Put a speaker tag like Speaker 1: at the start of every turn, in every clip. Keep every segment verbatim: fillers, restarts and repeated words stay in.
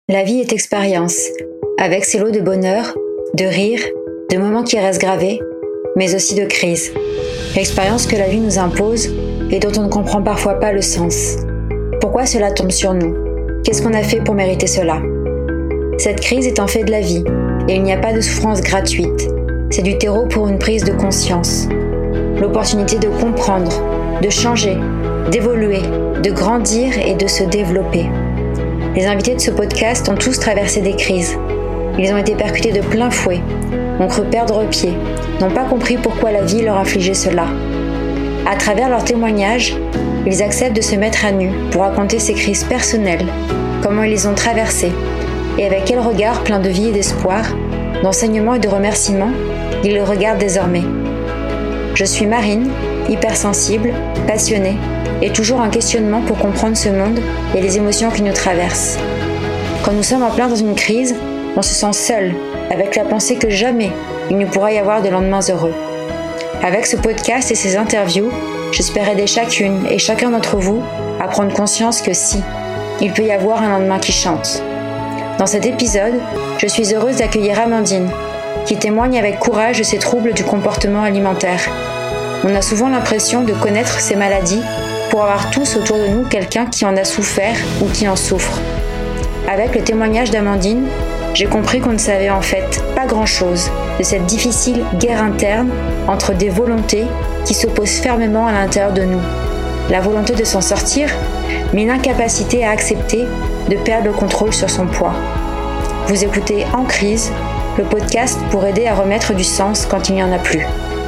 Speaker 1: La vie est expérience, avec ses lots de bonheur, de rire, de moments qui restent gravés, mais aussi de crises. Expérience que la vie nous impose et dont on ne comprend parfois pas le sens. Pourquoi cela tombe sur nous ? Qu'est-ce qu'on a fait pour mériter cela ? Cette crise est un fait de la vie, et il n'y a pas de souffrance gratuite. C'est du terreau pour une prise de conscience. L'opportunité de comprendre, de changer, d'évoluer, de grandir et de se développer. Les invités de ce podcast ont tous traversé des crises. Ils ont été percutés de plein fouet, ont cru perdre pied, n'ont pas compris pourquoi la vie leur infligeait cela. À travers leurs témoignages, ils acceptent de se mettre à nu pour raconter ces crises personnelles, comment ils les ont traversées, et avec quel regard plein de vie et d'espoir, d'enseignement et de remerciements, ils le regardent désormais. Je suis Marine, hypersensible, passionnée, et toujours en questionnement pour comprendre ce monde et les émotions qui nous traversent. Quand nous sommes en plein dans une crise, on se sent seul, avec la pensée que jamais il ne pourra y avoir de lendemains heureux. Avec ce podcast et ces interviews, j'espère aider chacune et chacun d'entre vous à prendre conscience que si, il peut y avoir un lendemain qui chante. Dans cet épisode, je suis heureuse d'accueillir Amandine, qui témoigne avec courage de ses troubles du comportement alimentaire. On a souvent l'impression de connaître ces maladies pour avoir tous autour de nous quelqu'un qui en a souffert ou qui en souffre. Avec le témoignage d'Amandine, j'ai compris qu'on ne savait en fait pas grand-chose de cette difficile guerre interne entre des volontés qui s'opposent fermement à l'intérieur de nous. La volonté de s'en sortir, mais l'incapacité à accepter de perdre le contrôle sur son poids. Vous écoutez En crise, le podcast pour aider à remettre du sens quand il n'y en a plus.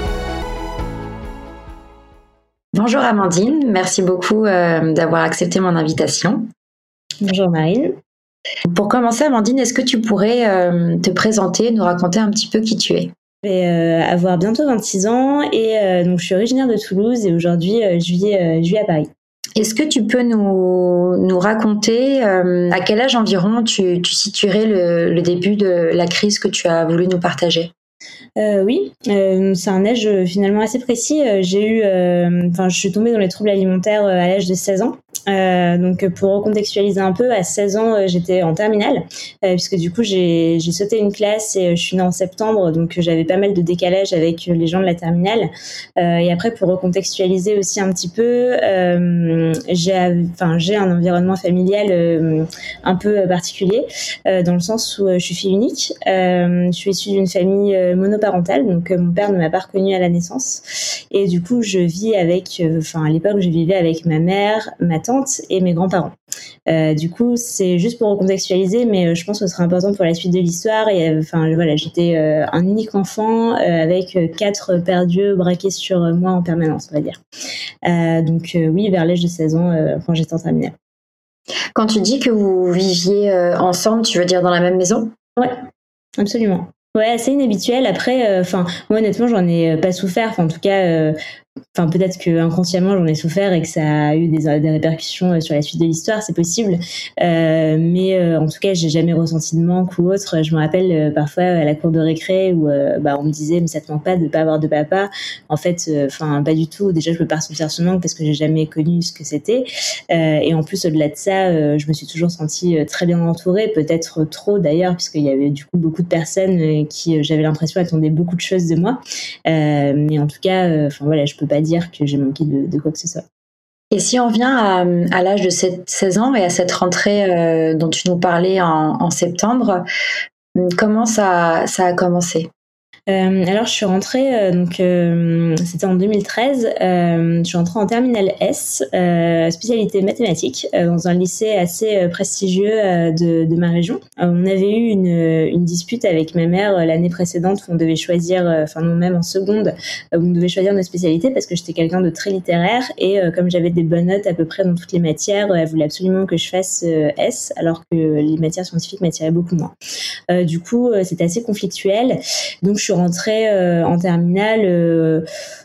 Speaker 1: Bonjour Amandine, merci beaucoup euh, d'avoir accepté mon invitation.
Speaker 2: Bonjour Marine.
Speaker 1: Pour commencer Amandine, est-ce que tu pourrais euh, te présenter, nous raconter un petit peu qui tu es ?
Speaker 2: Je vais euh, avoir bientôt vingt-six ans et euh, donc je suis originaire de Toulouse et aujourd'hui euh, je, vis, euh, je vis à Paris.
Speaker 1: Est-ce que tu peux nous, nous raconter euh, à quel âge environ tu, tu situerais le, le début de la crise que tu as voulu nous partager ?
Speaker 2: Euh, oui, euh, c'est un âge finalement assez précis. J'ai eu, enfin, euh, je suis tombée dans les troubles alimentaires à l'âge de seize ans. Euh, donc pour recontextualiser un peu, à seize ans j'étais en terminale euh, puisque du coup j'ai, j'ai sauté une classe et je suis née en septembre, donc j'avais pas mal de décalage avec les gens de la terminale. Euh, et après pour recontextualiser aussi un petit peu, euh, j'ai, enfin j'ai un environnement familial euh, un peu particulier euh, dans le sens où je suis fille unique. Euh, je suis issue d'une famille monoparentale, donc mon père ne m'a pas reconnue à la naissance et du coup je vis avec, enfin euh, à l'époque je vivais avec ma mère, ma tante et mes grands-parents. Euh, du coup, c'est juste pour recontextualiser, mais je pense que ce sera important pour la suite de l'histoire. Et enfin, voilà, j'étais euh, un unique enfant euh, avec quatre paires d'yeux braqués sur moi en permanence, on va dire. Euh, donc euh, oui, vers l'âge de seize ans, euh, quand j'étais en terminale.
Speaker 1: Quand tu dis que vous viviez euh, ensemble, tu veux dire dans la même maison ?
Speaker 2: Ouais, absolument. Ouais, assez inhabituel. Après, enfin, euh, moi honnêtement, j'en ai pas souffert. Enfin, en tout cas. Euh, Enfin, peut-être que inconsciemment j'en ai souffert et que ça a eu des, des répercussions sur la suite de l'histoire, c'est possible. Euh, mais euh, en tout cas, j'ai jamais ressenti de manque ou autre. Je me rappelle euh, parfois à la cour de récré où euh, bah, on me disait mais ça te manque pas de pas avoir de papa. En fait, enfin euh, pas du tout. Déjà, je peux pas ressentir ce manque parce que j'ai jamais connu ce que c'était. Euh, et en plus, au-delà de ça, euh, je me suis toujours sentie très bien entourée, peut-être trop d'ailleurs, puisqu'il y avait du coup beaucoup de personnes qui, j'avais l'impression, attendaient beaucoup de choses de moi. Euh, mais en tout cas, enfin euh, voilà, je peux pas dire que j'ai manqué de, de quoi que ce soit.
Speaker 1: Et si on vient à, à l'âge de seize ans et à cette rentrée euh, dont tu nous parlais en, en septembre, comment ça, ça a commencé ?
Speaker 2: Euh, alors je suis rentrée, euh, donc euh, c'était en deux mille treize, euh, je suis rentrée en terminale S, euh, spécialité mathématiques, euh, dans un lycée assez euh, prestigieux euh, de, de ma région. Euh, on avait eu une, une dispute avec ma mère euh, l'année précédente où on devait choisir, enfin euh, non même en seconde, euh, où on devait choisir nos spécialités parce que j'étais quelqu'un de très littéraire et euh, comme j'avais des bonnes notes à peu près dans toutes les matières, euh, elle voulait absolument que je fasse euh, S alors que les matières scientifiques m'attiraient beaucoup moins. Euh, du coup, euh, c'était assez conflictuel, donc je suis rentrée euh, en terminale euh,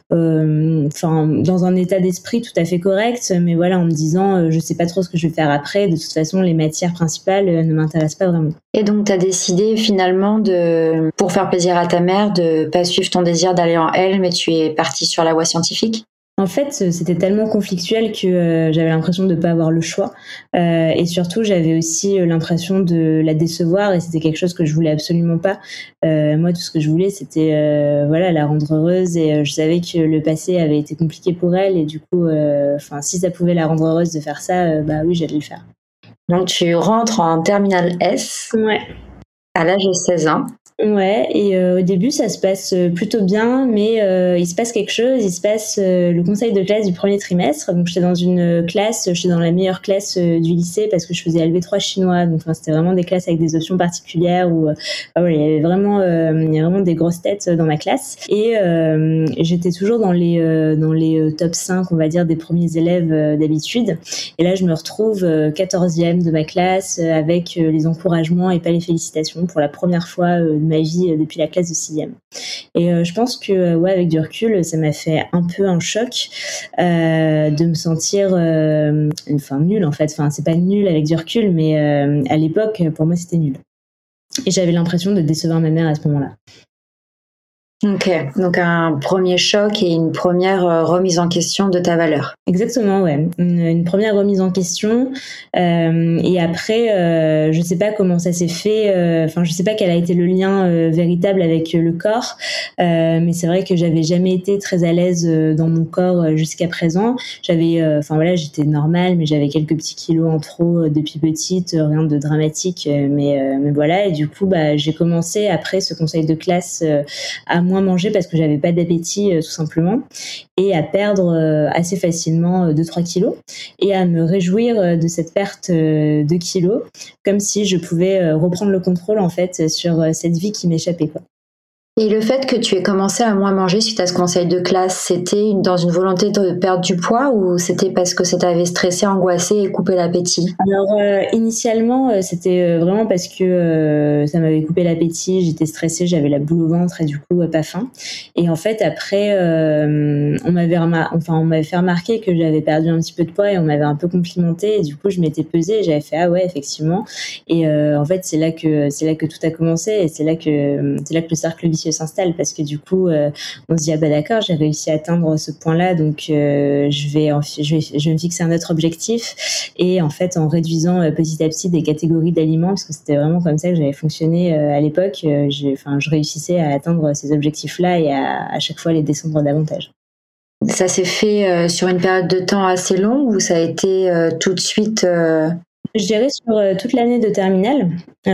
Speaker 2: euh, enfin, dans un état d'esprit tout à fait correct, mais voilà, en me disant euh, je sais pas trop ce que je vais faire après, de toute façon les matières principales euh, ne m'intéressent pas vraiment.
Speaker 1: Et donc tu as décidé finalement de, pour faire plaisir à ta mère, de pas suivre ton désir d'aller en L, mais tu es partie sur la voie scientifique ?
Speaker 2: En fait, c'était tellement conflictuel que euh, j'avais l'impression de ne pas avoir le choix. Euh, et surtout, j'avais aussi l'impression de la décevoir et c'était quelque chose que je voulais absolument pas. Euh, moi, tout ce que je voulais, c'était euh, voilà, la rendre heureuse et euh, je savais que le passé avait été compliqué pour elle et du coup, euh, si ça pouvait la rendre heureuse de faire ça, euh, bah oui, j'allais le faire.
Speaker 1: Donc, tu rentres en terminale S
Speaker 2: ouais.
Speaker 1: à l'âge de seize ans.
Speaker 2: Ouais, et euh, au début ça se passe plutôt bien, mais euh, il se passe quelque chose, il se passe euh, le conseil de classe du premier trimestre. Donc j'étais dans une classe, j'étais dans la meilleure classe euh, du lycée parce que je faisais L V trois chinois, donc enfin, c'était vraiment des classes avec des options particulières où euh, ah ouais, il y avait vraiment, euh, il y avait vraiment des grosses têtes dans ma classe. Et euh, j'étais toujours dans les euh, dans les top cinq, on va dire, des premiers élèves euh, d'habitude. Et là je me retrouve euh, quatorzième de ma classe euh, avec euh, les encouragements et pas les félicitations pour la première fois euh, de ma vie depuis la classe de sixième. Et euh, je pense que, ouais, avec du recul, ça m'a fait un peu un choc euh, de me sentir, euh, enfin, nulle en fait. Enfin, c'est pas nul avec du recul, mais euh, à l'époque, pour moi, c'était nul. Et j'avais l'impression de décevoir ma mère à ce moment-là.
Speaker 1: Ok, donc un premier choc et une première euh, remise en question de ta valeur.
Speaker 2: Exactement, ouais. Une, une première remise en question. Euh, et après, euh, je sais pas comment ça s'est fait. Enfin, euh, je sais pas quel a été le lien euh, véritable avec le corps. Euh, mais c'est vrai que j'avais jamais été très à l'aise dans mon corps jusqu'à présent. J'avais, enfin euh, voilà, j'étais normale, mais j'avais quelques petits kilos en trop depuis petite, rien de dramatique. Mais, euh, mais voilà. Et du coup, bah, j'ai commencé après ce conseil de classe euh, à moins manger parce que j'avais pas d'appétit, euh, tout simplement, et à perdre euh, assez facilement deux trois kilos et à me réjouir euh, de cette perte euh, de kilos, comme si je pouvais euh, reprendre le contrôle en fait sur euh, cette vie qui m'échappait, quoi.
Speaker 1: Et le fait que tu aies commencé à moins manger suite à ce conseil de classe, c'était dans une volonté de perdre du poids ou c'était parce que ça t'avait stressé, angoissé et coupé l'appétit?
Speaker 2: Alors euh, initialement, euh, c'était euh, vraiment parce que euh, ça m'avait coupé l'appétit, j'étais stressée, j'avais la boule au ventre et du coup euh, pas faim. Et en fait après, euh, on m'avait remar- enfin on m'avait fait remarquer que j'avais perdu un petit peu de poids et on m'avait un peu complimenté et du coup je m'étais pesée et j'avais fait ah ouais effectivement. Et euh, en fait c'est là que c'est là que tout a commencé et c'est là que c'est là que le cercle vicieux s'installe parce que du coup euh, on se dit ah bah d'accord, j'ai réussi à atteindre ce point-là, donc euh, je vais en, je vais je vais me fixer un autre objectif. Et en fait en réduisant euh, petit à petit des catégories d'aliments, parce que c'était vraiment comme ça que j'avais fonctionné euh, à l'époque, euh, j'ai, enfin je réussissais à atteindre ces objectifs-là et à, à chaque fois les descendre davantage.
Speaker 1: Ça s'est fait euh, sur une période de temps assez longue ou ça a été euh, tout de suite euh...
Speaker 2: Je dirais sur euh, toute l'année de terminale.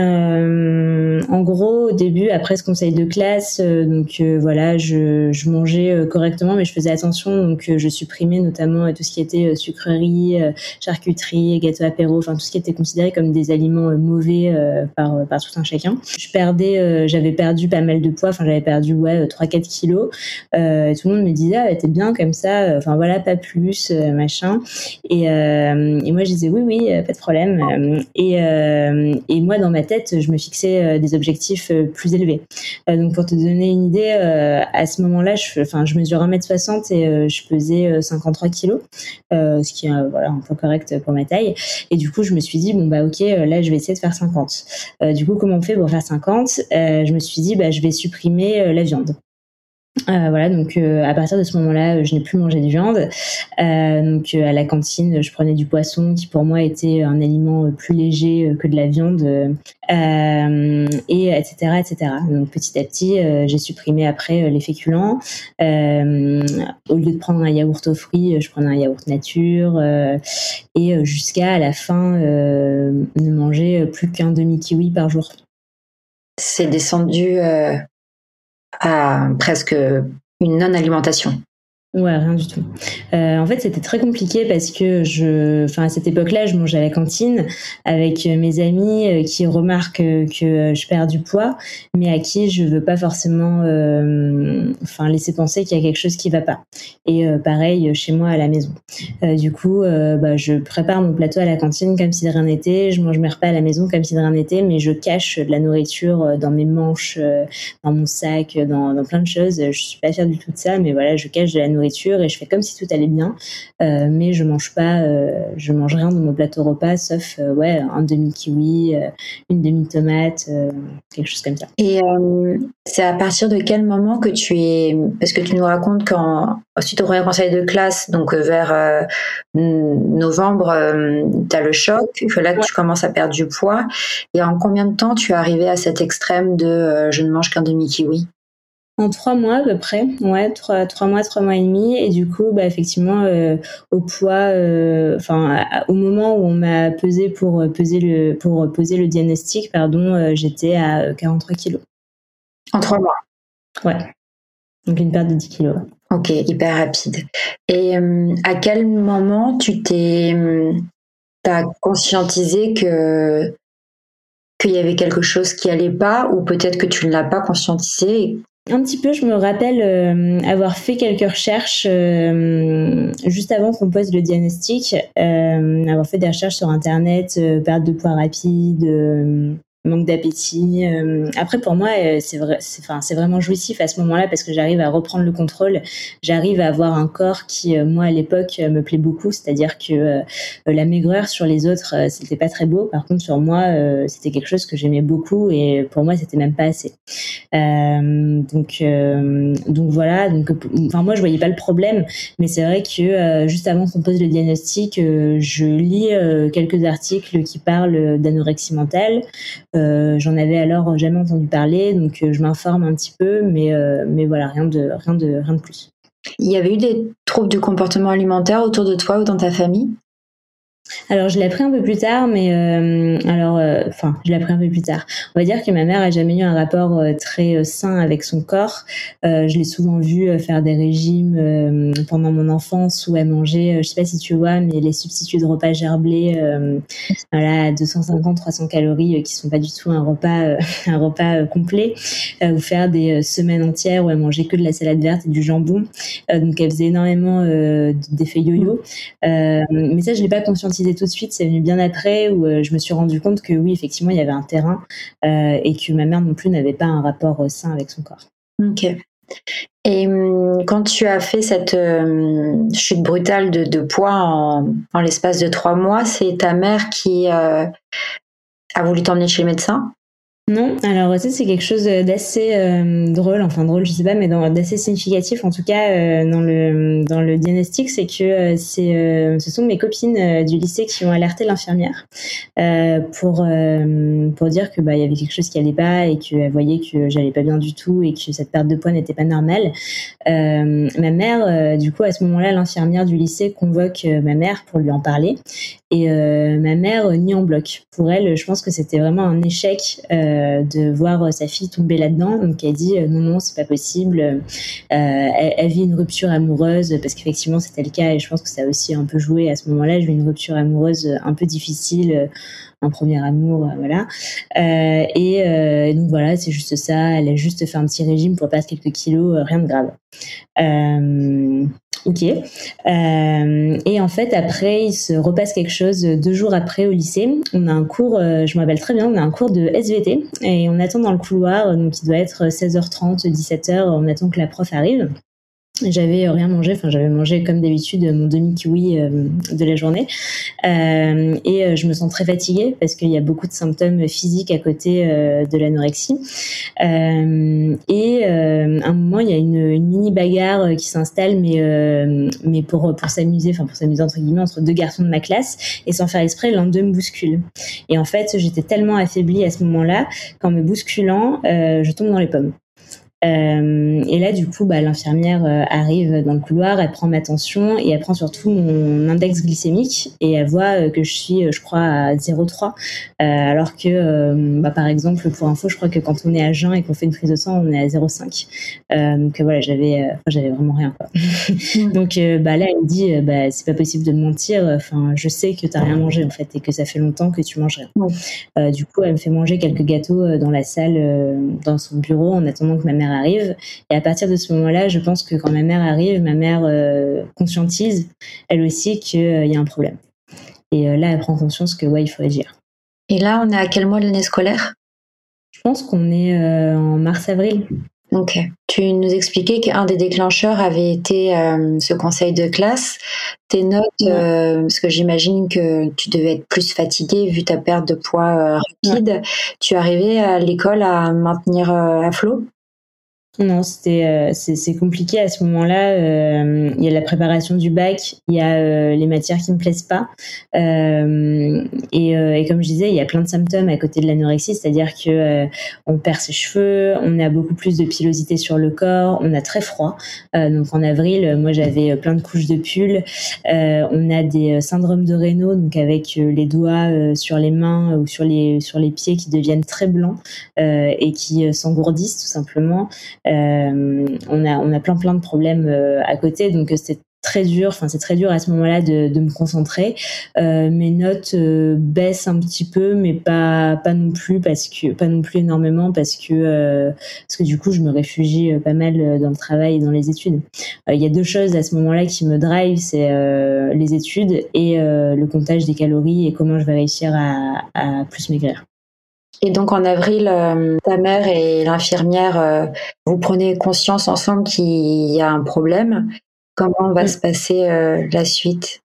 Speaker 2: Euh, en gros, au début, après ce conseil de classe, euh, donc euh, voilà, je, je mangeais euh, correctement, mais je faisais attention. Donc, euh, je supprimais notamment euh, tout ce qui était euh, sucrerie, euh, charcuterie, gâteau apéro, enfin tout ce qui était considéré comme des aliments euh, mauvais euh, par par tout un chacun. Je perdais, euh, j'avais perdu pas mal de poids. Enfin, j'avais perdu ouais trois quatre kilos. Euh, tout le monde me disait ah t'es bien comme ça. Enfin voilà, pas plus, euh, machin. Et, euh, et moi je disais oui oui, pas de problème. Et, euh, et moi, dans ma tête, je me fixais des objectifs plus élevés. Euh, donc, pour te donner une idée, euh, à ce moment-là, je, enfin, je mesure un mètre soixante et euh, je pesais cinquante-trois kilos, euh, ce qui est euh, voilà, un peu correct pour ma taille. Et du coup, je me suis dit, bon, bah, ok, là, je vais essayer de faire cinquante. Euh, du coup, comment on fait pour faire cinquante? euh, Je me suis dit, bah, je vais supprimer euh, la viande. Euh, voilà, donc euh, à partir de ce moment-là, je n'ai plus mangé de viande. Euh, donc euh, à la cantine, je prenais du poisson qui pour moi était un aliment plus léger que de la viande, euh, et etc etc. Donc petit à petit, euh, j'ai supprimé après les féculents. Euh, au lieu de prendre un yaourt aux fruits, je prenais un yaourt nature, euh, et jusqu'à à la fin euh, ne manger plus qu'un demi kiwi par jour.
Speaker 1: C'est descendu euh... à presque une non-alimentation.
Speaker 2: Ouais, rien du tout. Euh, en fait, c'était très compliqué parce que je, enfin, à cette époque-là, je mangeais à la cantine avec mes amis qui remarquent que je perds du poids, mais à qui je veux pas forcément, euh, enfin, laisser penser qu'il y a quelque chose qui va pas. Et euh, pareil chez moi à la maison. Euh, du coup, euh, bah, je prépare mon plateau à la cantine comme si de rien n'était. Je mange mes repas à la maison comme si de rien n'était, mais je cache de la nourriture dans mes manches, dans mon sac, dans, dans plein de choses. Je suis pas fière du tout de ça, mais voilà, je cache de la nourriture nourriture et je fais comme si tout allait bien, euh, mais je mange pas, euh, je mange rien dans mon plateau repas sauf euh, ouais un demi kiwi, euh, une demi tomate, euh, quelque chose comme ça.
Speaker 1: Et euh, c'est à partir de quel moment que tu es, parce que tu nous racontes quand suite au premier conseil de classe, donc vers euh, novembre, euh, tu as le choc, que là que ouais. tu commences à perdre du poids, et en combien de temps tu es arrivé à cet extrême de euh, je ne mange qu'un demi kiwi?
Speaker 2: En trois mois à peu près, ouais, trois, trois mois, trois mois et demi, et du coup, bah effectivement, euh, au poids, enfin, euh, au moment où on m'a pesé pour peser le pour poser le diagnostic, pardon, euh, j'étais à quarante-trois kilos.
Speaker 1: En trois mois.
Speaker 2: Ouais. Donc une perte de dix kilos.
Speaker 1: Ok, hyper rapide. Et euh, à quel moment tu t'es, t'as conscientisé que qu'il y avait quelque chose qui allait pas, ou peut-être que tu ne l'as pas conscientisé?
Speaker 2: Un petit peu, je me rappelle euh, avoir fait quelques recherches euh, juste avant qu'on pose le diagnostic, euh, avoir fait des recherches sur Internet, euh, perte de poids rapide, euh, manque d'appétit. Euh, après, pour moi, euh, c'est vrai, c'est, enfin, c'est vraiment jouissif à ce moment-là parce que j'arrive à reprendre le contrôle. J'arrive à avoir un corps qui, euh, moi, à l'époque, euh, me plaît beaucoup. C'est-à-dire que euh, la maigreur sur les autres, euh, c'était pas très beau. Par contre, sur moi, euh, c'était quelque chose que j'aimais beaucoup et pour moi, c'était même pas assez. Euh, donc, euh, donc voilà. Donc, enfin, moi, je voyais pas le problème, mais c'est vrai que euh, juste avant qu'on pose le diagnostic, euh, je lis euh, quelques articles qui parlent d'anorexie mentale. Euh, j'en avais alors jamais entendu parler, donc euh, je m'informe un petit peu, mais euh, mais voilà, rien de rien de rien de plus.
Speaker 1: Il y avait eu des troubles du comportement alimentaire autour de toi ou dans ta famille?
Speaker 2: Alors, je l'ai appris un peu plus tard, mais euh, alors, enfin, euh, je l'ai appris un peu plus tard. On va dire que ma mère a jamais eu un rapport euh, très euh, sain avec son corps. Euh, je l'ai souvent vue euh, faire des régimes euh, pendant mon enfance où elle mangeait, euh, je sais pas si tu vois, mais les substituts de repas gerblés, euh, voilà, à deux cent cinquante, trois cents calories, euh, qui sont pas du tout un repas, euh, un repas euh, complet, euh, ou faire des euh, semaines entières où elle mangeait que de la salade verte et du jambon. Euh, donc, elle faisait énormément euh, d'effets yo-yo. Euh, mais ça, je l'ai pas conscientisé tout de suite, c'est venu bien après où euh, je me suis rendu compte que oui, effectivement, il y avait un terrain euh, et que ma mère non plus n'avait pas un rapport euh, sain avec son corps.
Speaker 1: Ok. Et hum, quand tu as fait cette euh, chute brutale de, de poids en, en l'espace de trois mois, c'est ta mère qui euh, a voulu t'emmener chez le médecin?
Speaker 2: Non, alors ça c'est quelque chose d'assez euh, drôle, enfin drôle je sais pas, mais dans, d'assez significatif en tout cas euh, dans le dans le diagnostic, c'est que euh, c'est euh, ce sont mes copines euh, du lycée qui ont alerté l'infirmière euh, pour euh, pour dire que bah il y avait quelque chose qui allait pas et qu'elle voyait que j'allais pas bien du tout et que cette perte de poids n'était pas normale. Euh, ma mère, euh, du coup à ce moment-là, l'infirmière du lycée convoque euh, ma mère pour lui en parler. Et euh, ma mère euh, nie en bloc. Pour elle, je pense que c'était vraiment un échec euh, de voir sa fille tomber là-dedans. Donc elle dit euh, non, non, c'est pas possible. Euh, elle, elle vit une rupture amoureuse parce qu'effectivement c'était le cas et je pense que ça a aussi un peu joué à ce moment-là. Je vis une rupture amoureuse un peu difficile, un premier amour, euh, voilà. Euh, et, euh, et donc voilà, c'est juste ça. Elle a juste fait un petit régime pour perdre quelques kilos, euh, rien de grave. Euh, ok. Euh, et en fait, après, il se repasse quelque chose deux jours après au lycée. On a un cours, euh, je me rappelle très bien, on a un cours de S V T et on attend dans le couloir, donc il doit être seize heures trente, dix-sept heures, on attend que la prof arrive. J'avais rien mangé, enfin j'avais mangé comme d'habitude mon demi kiwi euh, de la journée euh, et euh, je me sens très fatiguée parce qu'il y a beaucoup de symptômes physiques à côté euh, de l'anorexie euh, et euh, à un moment il y a une, une mini bagarre qui s'installe mais euh, mais pour pour s'amuser, enfin pour s'amuser entre guillemets entre deux garçons de ma classe et sans faire exprès l'un d'eux me bouscule et en fait j'étais tellement affaiblie à ce moment-là qu'en me bousculant euh, je tombe dans les pommes. Euh, et là, du coup, bah, l'infirmière euh, arrive dans le couloir, elle prend ma tension et elle prend surtout mon index glycémique et elle voit euh, que je suis, je crois, à zéro virgule trois. Euh, alors que, euh, bah, par exemple, pour info, je crois que quand on est à jeun et qu'on fait une prise de sang, on est à zéro virgule cinq. Euh, donc voilà, j'avais, euh, j'avais vraiment rien, quoi. Donc euh, bah là, elle me dit, euh, bah c'est pas possible de me mentir. Enfin, je sais que t'as rien mangé en fait et que ça fait longtemps que tu manges rien. Euh, du coup, elle me fait manger quelques gâteaux dans la salle, euh, dans son bureau, en attendant que ma mère arrive. Et à partir de ce moment-là, je pense que quand ma mère arrive, ma mère euh, conscientise, elle aussi, qu'il euh, y a un problème. Et euh, là, elle prend conscience que ouais, il faut agir.
Speaker 1: Et là, on est à quel mois de l'année scolaire?
Speaker 2: Je pense qu'on est euh, en mars-avril.
Speaker 1: Ok. Tu nous expliquais qu'un des déclencheurs avait été euh, ce conseil de classe. Tes notes,
Speaker 2: Ouais.
Speaker 1: euh, parce que j'imagine que tu devais être plus fatiguée vu ta perte de poids euh, rapide. Ouais. Tu arrivais à l'école à maintenir euh, à flot?
Speaker 2: Non, c'était euh, c'est, c'est compliqué à ce moment-là. Euh, il y a la préparation du bac, il y a euh, les matières qui me plaisent pas, euh, et, euh, et comme je disais, il y a plein de symptômes à côté de l'anorexie, c'est-à-dire que euh, on perd ses cheveux, on a beaucoup plus de pilosité sur le corps, on a très froid. Euh, donc en avril, moi j'avais plein de couches de pull. Euh, on a des syndromes de Raynaud, donc avec euh, les doigts euh, sur les mains ou sur les sur les pieds qui deviennent très blancs euh, et qui euh, s'engourdissent tout simplement. Euh, on a on a plein plein de problèmes euh, à côté, donc c'était très dur. Enfin, c'est très dur à ce moment-là de, de me concentrer. Euh, mes notes euh, baissent un petit peu, mais pas pas non plus parce que pas non plus énormément parce que euh, parce que du coup, je me réfugie pas mal dans le travail et dans les études. Il euh, y a deux choses à ce moment-là qui me drive, c'est euh, les études et euh, le comptage des calories et comment je vais réussir à, à plus maigrir.
Speaker 1: Et donc en avril, euh, ta mère et l'infirmière, euh, vous prenez conscience ensemble qu'il y a un problème. Comment va mmh. se passer euh, la suite?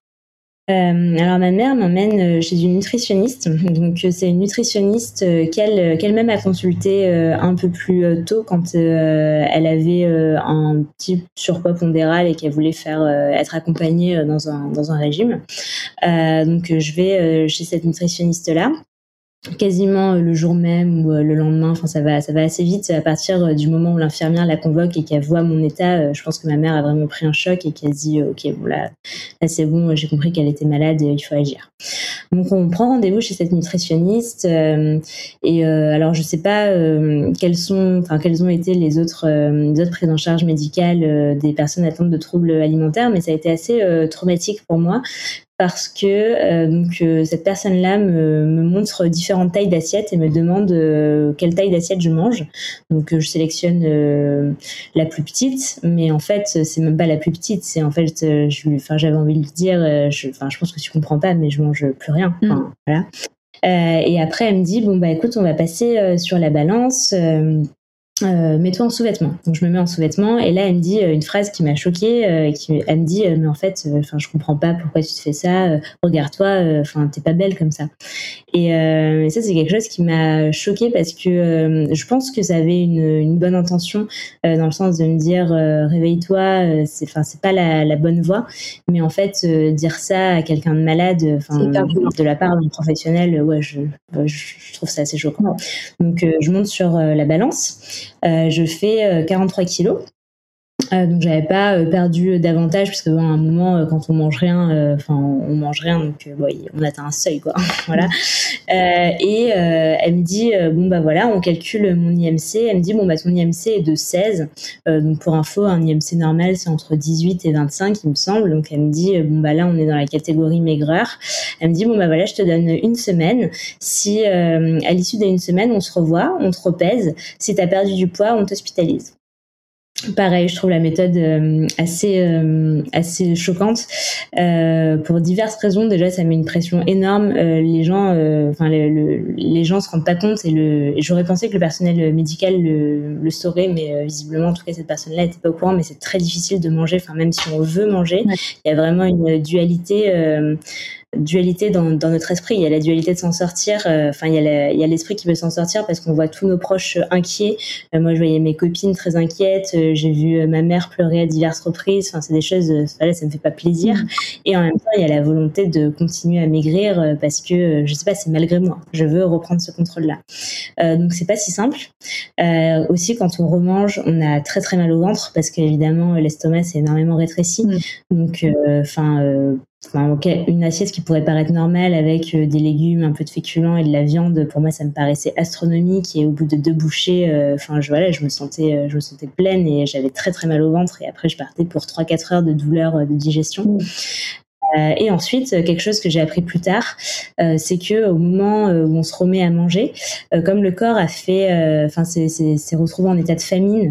Speaker 2: Euh, alors ma mère m'emmène chez une nutritionniste, donc c'est une nutritionniste qu'elle qu'elle-même a consultée un peu plus tôt quand euh, elle avait un petit surpoids pondéral et qu'elle voulait faire euh, être accompagnée dans un dans un régime. Euh, donc je vais chez cette nutritionniste là. Quasiment le jour même ou le lendemain, enfin ça va ça va assez vite. À partir du moment où l'infirmière la convoque et qu'elle voit mon état, je pense que ma mère a vraiment pris un choc et qu'elle se dit ok bon là là c'est bon, j'ai compris qu'elle était malade, il faut agir. Donc on prend rendez-vous chez cette nutritionniste euh, et euh, alors je sais pas euh, quelles sont enfin quelles ont été les autres euh, les autres prises en charge médicales euh, des personnes atteintes de troubles alimentaires, mais ça a été assez euh, traumatique pour moi. Parce que euh, donc euh, cette personne-là me, me montre différentes tailles d'assiettes et me demande euh, quelle taille d'assiette je mange. Donc euh, je sélectionne euh, la plus petite, mais en fait c'est même pas la plus petite. C'est en fait, euh, je, enfin j'avais envie de lui dire, euh, je, enfin je pense que tu comprends pas, mais je mange plus rien. Enfin, mmh. Voilà. Euh, et après elle me dit bon bah écoute, on va passer euh, sur la balance. Euh, Euh, mets-toi en sous-vêtements. Donc je me mets en sous-vêtements et là elle me dit euh, une phrase qui m'a choquée. Euh, qui, elle me dit euh, mais en fait, enfin euh, je comprends pas pourquoi tu te fais ça. Euh, regarde-toi, enfin euh, t'es pas belle comme ça. Et, euh, et ça c'est quelque chose qui m'a choquée parce que euh, je pense que ça avait une, une bonne intention euh, dans le sens de me dire euh, réveille-toi. Euh, c'est, enfin c'est pas la, la bonne voie, mais en fait euh, dire ça à quelqu'un de malade, enfin de la part d'un professionnel, ouais je, je trouve ça assez choquant. Donc euh, je monte sur euh, la balance. Euh, je fais euh, quarante-trois kilos. Euh, donc j'avais pas euh, perdu davantage parce que bon, à un moment euh, quand on mange rien, enfin euh, on mange rien donc euh, bon, on atteint un seuil quoi. Voilà. Euh, et euh, elle me dit euh, bon bah voilà on calcule mon I M C. Elle me dit bon bah ton I M C est de seize. Euh, donc pour info un I M C normal c'est entre dix-huit et vingt-cinq il me semble. Donc elle me dit euh, bon bah là on est dans la catégorie maigreur. Elle me dit bon bah voilà je te donne une semaine. Si euh, à l'issue d'une semaine on se revoit, on te repèse. Si t'as perdu du poids on t'hospitalise. Pareil, je trouve la méthode euh, assez euh, assez choquante euh, pour diverses raisons. Déjà, ça met une pression énorme. Euh, les gens, enfin euh, le, le, les gens se rendent pas compte et, le, et j'aurais pensé que le personnel médical le, le saurait, mais euh, visiblement, en tout cas, cette personne-là était pas au courant. Mais c'est très difficile de manger. Enfin, même si on veut manger, ouais. Il y a vraiment une dualité. Euh, dualité dans, dans notre esprit. Il y a la dualité de s'en sortir. Enfin, euh, il y a la, il y a l'esprit qui veut s'en sortir parce qu'on voit tous nos proches inquiets. Euh, moi, je voyais mes copines très inquiètes. Euh, j'ai vu euh, ma mère pleurer à diverses reprises. Enfin, c'est des choses. Euh, voilà, ça me fait pas plaisir. Mmh. Et en même temps, il y a la volonté de continuer à maigrir euh, parce que euh, je sais pas, c'est malgré moi. Je veux reprendre ce contrôle-là. Euh, donc, c'est pas si simple. Euh, aussi, quand on remange, on a très très mal au ventre parce qu'évidemment, l'estomac s'est énormément rétréci. Mmh. Donc, enfin. Euh, Enfin, okay, une assiette qui pourrait paraître normale avec euh, des légumes, un peu de féculents et de la viande, pour moi, ça me paraissait astronomique. Et au bout de deux bouchées, enfin, euh, je, voilà, je me sentais, euh, je me sentais pleine et j'avais très très mal au ventre. Et après, je partais pour trois quatre heures de douleur euh, de digestion. Mmh. Euh, et ensuite, quelque chose que j'ai appris plus tard, euh, c'est que au moment où on se remet à manger, euh, comme le corps a fait, enfin, euh, s'est retrouvé en état de famine.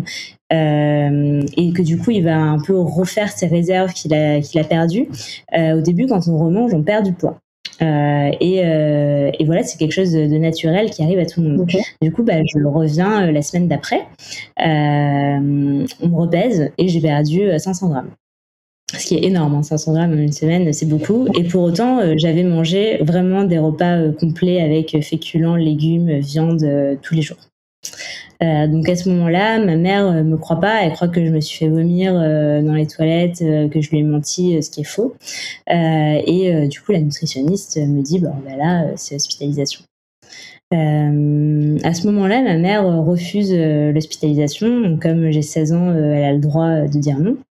Speaker 2: Euh, et que du coup il va un peu refaire ses réserves qu'il a, qu'il a perdues. Euh, au début, quand on remange, on perd du poids. Euh, et, euh, et voilà, c'est quelque chose de, de naturel qui arrive à tout le monde. Okay. Du coup, bah, je reviens euh, la semaine d'après. Euh, on me repèse et j'ai perdu cinq cents grammes. Ce qui est énorme, hein, cinq cents grammes en une semaine, c'est beaucoup. Et pour autant, euh, j'avais mangé vraiment des repas euh, complets avec féculents, légumes, viande euh, tous les jours. Euh, donc à ce moment-là, ma mère euh, me croit pas, elle croit que je me suis fait vomir euh, dans les toilettes, euh, que je lui ai menti, euh, ce qui est faux. Euh, et euh, du coup, la nutritionniste me dit, bon, bah là, c'est hospitalisation. Euh, à ce moment-là, ma mère refuse euh, l'hospitalisation. Donc, comme j'ai seize ans, euh, elle a le droit de dire non.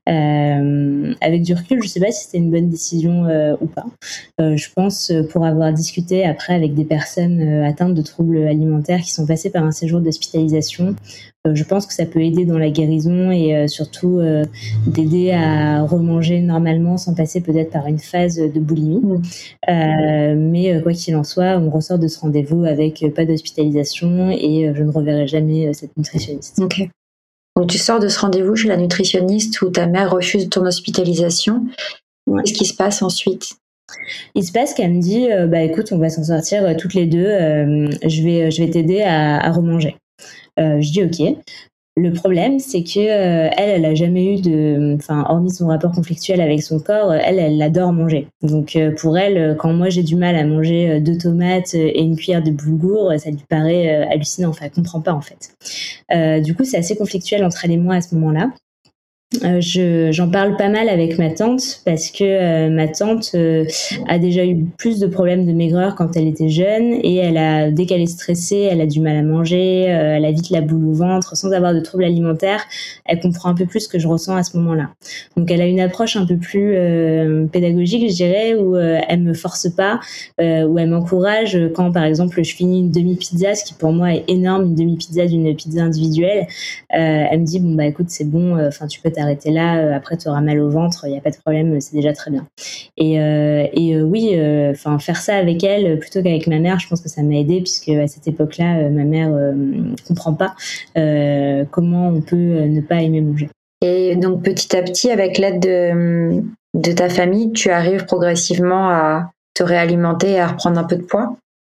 Speaker 2: Euh, avec du recul, je ne sais pas si c'était une bonne décision euh, ou pas. Euh, je pense, pour avoir discuté après avec des personnes euh, atteintes de troubles alimentaires qui sont passées par un séjour d'hospitalisation, euh, je pense que ça peut aider dans la guérison et euh, surtout euh, d'aider à remanger normalement sans passer peut-être par une phase de boulimie. Mmh. Euh, mais euh, quoi qu'il en soit, on ressort de ce rendez-vous avec euh, pas d'hospitalisation et euh, je ne reverrai jamais euh, cette nutritionniste.
Speaker 1: Ok. Donc tu sors de ce rendez-vous chez la nutritionniste où ta mère refuse ton hospitalisation. Ouais. Qu'est-ce qui se passe ensuite ?
Speaker 2: Il se passe qu'elle me dit euh, bah écoute, on va s'en sortir euh, toutes les deux. Euh, je vais je vais t'aider à, à remanger. Euh, je dis ok. Le problème, c'est que euh, elle, elle a jamais eu de, enfin, hormis son rapport conflictuel avec son corps, elle, elle adore manger. Donc euh, pour elle, quand moi j'ai du mal à manger euh, deux tomates et une cuillère de boulgour, ça lui paraît euh, hallucinant. Enfin, elle comprend pas en fait. Euh, du coup, c'est assez conflictuel entre elle et moi à ce moment-là. Euh, je, j'en parle pas mal avec ma tante parce que euh, ma tante euh, a déjà eu plus de problèmes de maigreur quand elle était jeune et elle a, dès qu'elle est stressée, elle a du mal à manger, euh, elle a vite la boule au ventre sans avoir de troubles alimentaires. Elle comprend un peu plus ce que je ressens à ce moment-là. Donc elle a une approche un peu plus euh, pédagogique, je dirais, où euh, elle me force pas, euh, où elle m'encourage quand par exemple je finis une demi-pizza, ce qui pour moi est énorme, une demi-pizza d'une pizza individuelle. Euh, elle me dit bon bah écoute c'est bon, enfin euh, tu peux t'arrêter là, euh, après tu auras mal au ventre, il n'y a pas de problème, c'est déjà très bien. Et, euh, et euh, oui, enfin euh, faire ça avec elle plutôt qu'avec ma mère, je pense que ça m'a aidée puisque à cette époque-là, euh, ma mère euh, comprend pas euh, comment on peut ne pas aimer manger.
Speaker 1: Et donc petit à petit, avec l'aide de, de ta famille, tu arrives progressivement à te réalimenter et à reprendre un peu de poids ?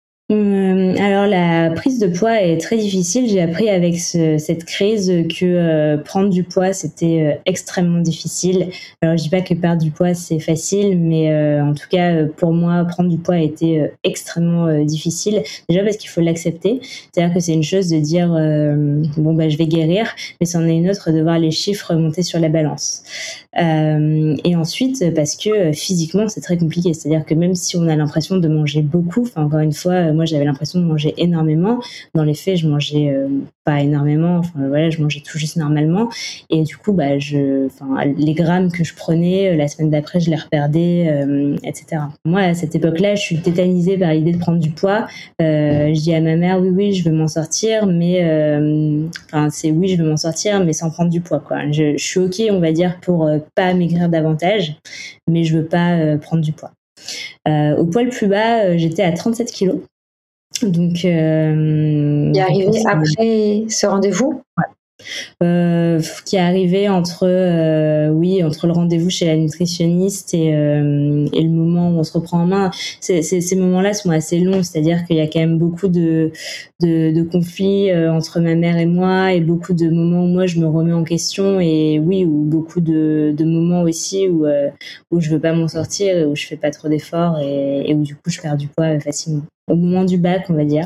Speaker 2: Hum, alors la prise de poids est très difficile. J'ai appris avec ce, cette crise que euh, prendre du poids c'était euh, extrêmement difficile. Alors je dis pas que perdre du poids c'est facile, mais euh, en tout cas pour moi prendre du poids a été euh, extrêmement euh, difficile. Déjà parce qu'il faut l'accepter. C'est-à-dire que c'est une chose de dire euh, bon bah je vais guérir, mais c'en est une autre de voir les chiffres monter sur la balance. Euh, et ensuite parce que physiquement c'est très compliqué. C'est-à-dire que même si on a l'impression de manger beaucoup, enfin encore une fois moi j'avais l'impression de manger énormément. Dans les faits, je mangeais euh, pas énormément. Enfin voilà, je mangeais tout juste normalement. Et du coup, bah je, enfin les grammes que je prenais, la semaine d'après, je les reperdais, euh, et cetera. Moi, à cette époque-là, je suis tétanisée par l'idée de prendre du poids. Euh, je dis à ma mère, oui, oui, je veux m'en sortir, mais euh, enfin c'est oui, je veux m'en sortir, mais sans prendre du poids, quoi. Je, je suis ok, on va dire, pour euh, pas maigrir davantage, mais je veux pas euh, prendre du poids. Euh, au poids le plus bas, euh, j'étais à trente-sept kilos. Donc, euh,
Speaker 1: il est arrivé après ce rendez-vous ?
Speaker 2: Ouais. Euh, qui est arrivé entre euh, oui entre le rendez-vous chez la nutritionniste et, euh, et le moment où on se reprend en main. C'est, c'est, ces moments-là sont assez longs, c'est-à-dire qu'il y a quand même beaucoup de de, de conflits euh, entre ma mère et moi et beaucoup de moments où moi je me remets en question et oui ou beaucoup de, de moments aussi où euh, où je veux pas m'en sortir et où je fais pas trop d'efforts et, et où du coup je perds du poids facilement. Au moment du bac, on va dire,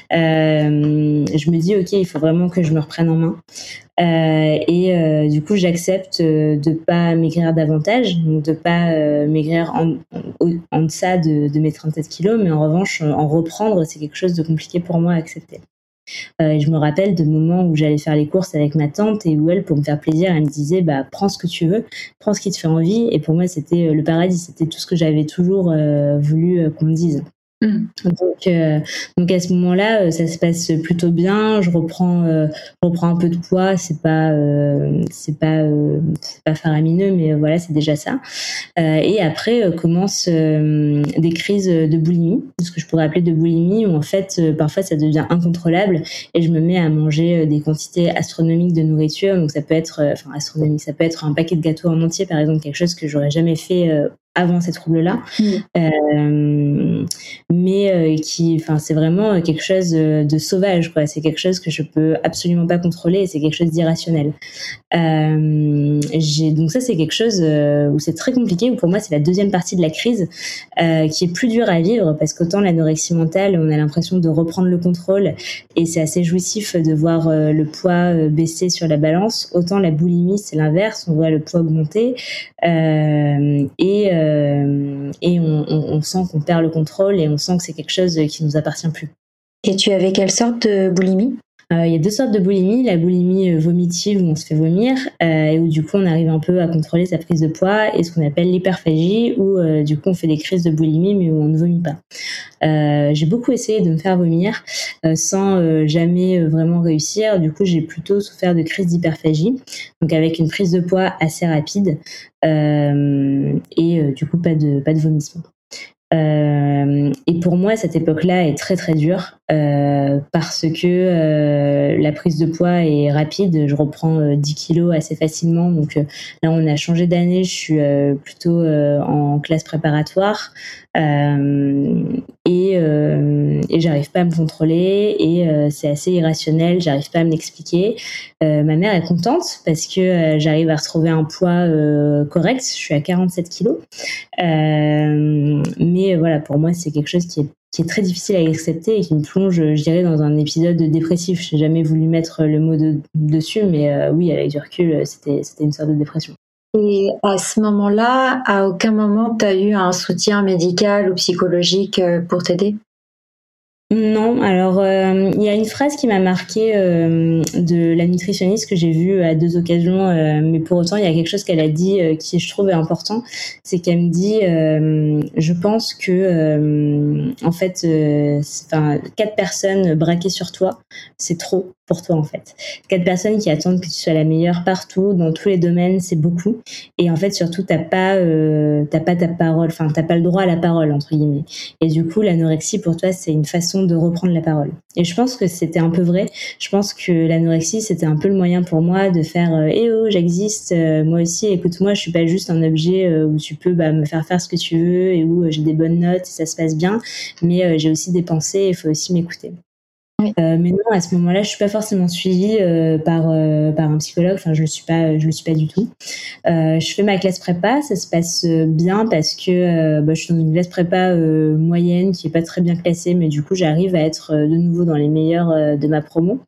Speaker 2: euh, je me dis ok, il faut vraiment que je me reprenne en main. Euh, et euh, du coup, j'accepte euh, de pas maigrir davantage, donc de pas euh, maigrir en, en, en deçà de, de mes trente-sept kilos, mais en revanche, en reprendre, c'est quelque chose de compliqué pour moi à accepter. Euh, et je me rappelle de moments où j'allais faire les courses avec ma tante et où elle, pour me faire plaisir, elle me disait bah prends ce que tu veux, prends ce qui te fait envie. Et pour moi, c'était le paradis, c'était tout ce que j'avais toujours euh, voulu euh, qu'on me dise. Mmh. Donc, euh, donc à ce moment-là, ça se passe plutôt bien. Je reprends, euh, je reprends un peu de poids. C'est pas, euh, c'est pas, euh, c'est pas faramineux, mais voilà, c'est déjà ça. Euh, et après euh, commencent euh, des crises de boulimie, ce que je pourrais appeler de boulimie, où en fait, euh, parfois, ça devient incontrôlable et je me mets à manger des quantités astronomiques de nourriture. Donc ça peut être, euh, enfin astronomique, ça peut être un paquet de gâteaux en entier, par exemple, quelque chose que j'aurais jamais fait. Euh, avant ces troubles-là, mmh. euh, mais euh, qui, enfin, c'est vraiment quelque chose de sauvage, quoi. C'est quelque chose que je peux absolument pas contrôler, et c'est quelque chose d'irrationnel. Euh, j'ai, donc ça, c'est quelque chose euh, où c'est très compliqué. Où pour moi, c'est la deuxième partie de la crise euh, qui est plus dure à vivre, parce qu'autant l'anorexie mentale, on a l'impression de reprendre le contrôle, et c'est assez jouissif de voir euh, le poids euh, baisser sur la balance. Autant la boulimie, c'est l'inverse, on voit le poids augmenter. Euh, et euh, et on, on, on sent qu'on perd le contrôle, et on sent que c'est quelque chose qui nous appartient plus.
Speaker 1: Et tu avais quelle sorte de boulimie ?
Speaker 2: Euh, il y a deux sortes de boulimie, la boulimie euh, vomitive où on se fait vomir euh, et où du coup on arrive un peu à contrôler sa prise de poids, et ce qu'on appelle l'hyperphagie où euh, du coup on fait des crises de boulimie mais où on ne vomit pas. Euh, j'ai beaucoup essayé de me faire vomir euh, sans euh, jamais euh, vraiment réussir. Du coup j'ai plutôt souffert de crises d'hyperphagie, donc avec une prise de poids assez rapide euh, et euh, du coup pas de, pas de vomissement. Euh, et pour moi, cette époque-là est très très dure euh, parce que euh, la prise de poids est rapide. Je reprends euh, dix kilos assez facilement. Donc euh, là, on a changé d'année. Je suis euh, plutôt euh, en classe préparatoire euh, et, euh, et j'arrive pas à me contrôler, et euh, c'est assez irrationnel. J'arrive pas à me l'expliquer. Euh, ma mère est contente parce que euh, j'arrive à retrouver un poids euh, correct. Je suis à quarante-sept kilos. Euh, mais voilà, pour moi, c'est quelque chose qui est, qui est très difficile à accepter et qui me plonge, je dirais, dans un épisode dépressif. Je n'ai jamais voulu mettre le mot de, dessus, mais euh, oui, avec du recul, c'était, c'était une sorte de dépression.
Speaker 1: Et à ce moment-là, à aucun moment, tu as eu un soutien médical ou psychologique pour t'aider ?
Speaker 2: Non, alors euh, il y a une phrase qui m'a marquée euh, de la nutritionniste que j'ai vue à deux occasions, euh, mais pour autant il y a quelque chose qu'elle a dit euh, qui je trouve important, c'est qu'elle me dit euh, je pense que euh, en fait euh, enfin quatre personnes braquées sur toi, c'est trop pour toi en fait. Quatre personnes qui attendent que tu sois la meilleure partout, dans tous les domaines, c'est beaucoup. Et en fait surtout t'as pas euh, t'as pas ta parole, enfin t'as pas le droit à la parole entre guillemets. Et du coup l'anorexie pour toi c'est une façon de reprendre la parole. Et je pense que c'était un peu vrai. Je pense que l'anorexie, c'était un peu le moyen pour moi de faire euh, « Eh oh, j'existe, euh, moi aussi, écoute-moi, je suis pas juste un objet euh, où tu peux bah, me faire faire ce que tu veux et où euh, j'ai des bonnes notes et ça se passe bien, mais euh, j'ai aussi des pensées et il faut aussi m'écouter. » Oui. Euh, mais non, à ce moment-là, je suis pas forcément suivie euh, par euh, par un psychologue. Enfin, je le suis pas, je le suis pas du tout. Euh, je fais ma classe prépa, ça se passe bien parce que euh, bah, je suis dans une classe prépa euh, moyenne qui est pas très bien classée, mais du coup, j'arrive à être de nouveau dans les meilleurs euh, de ma promo.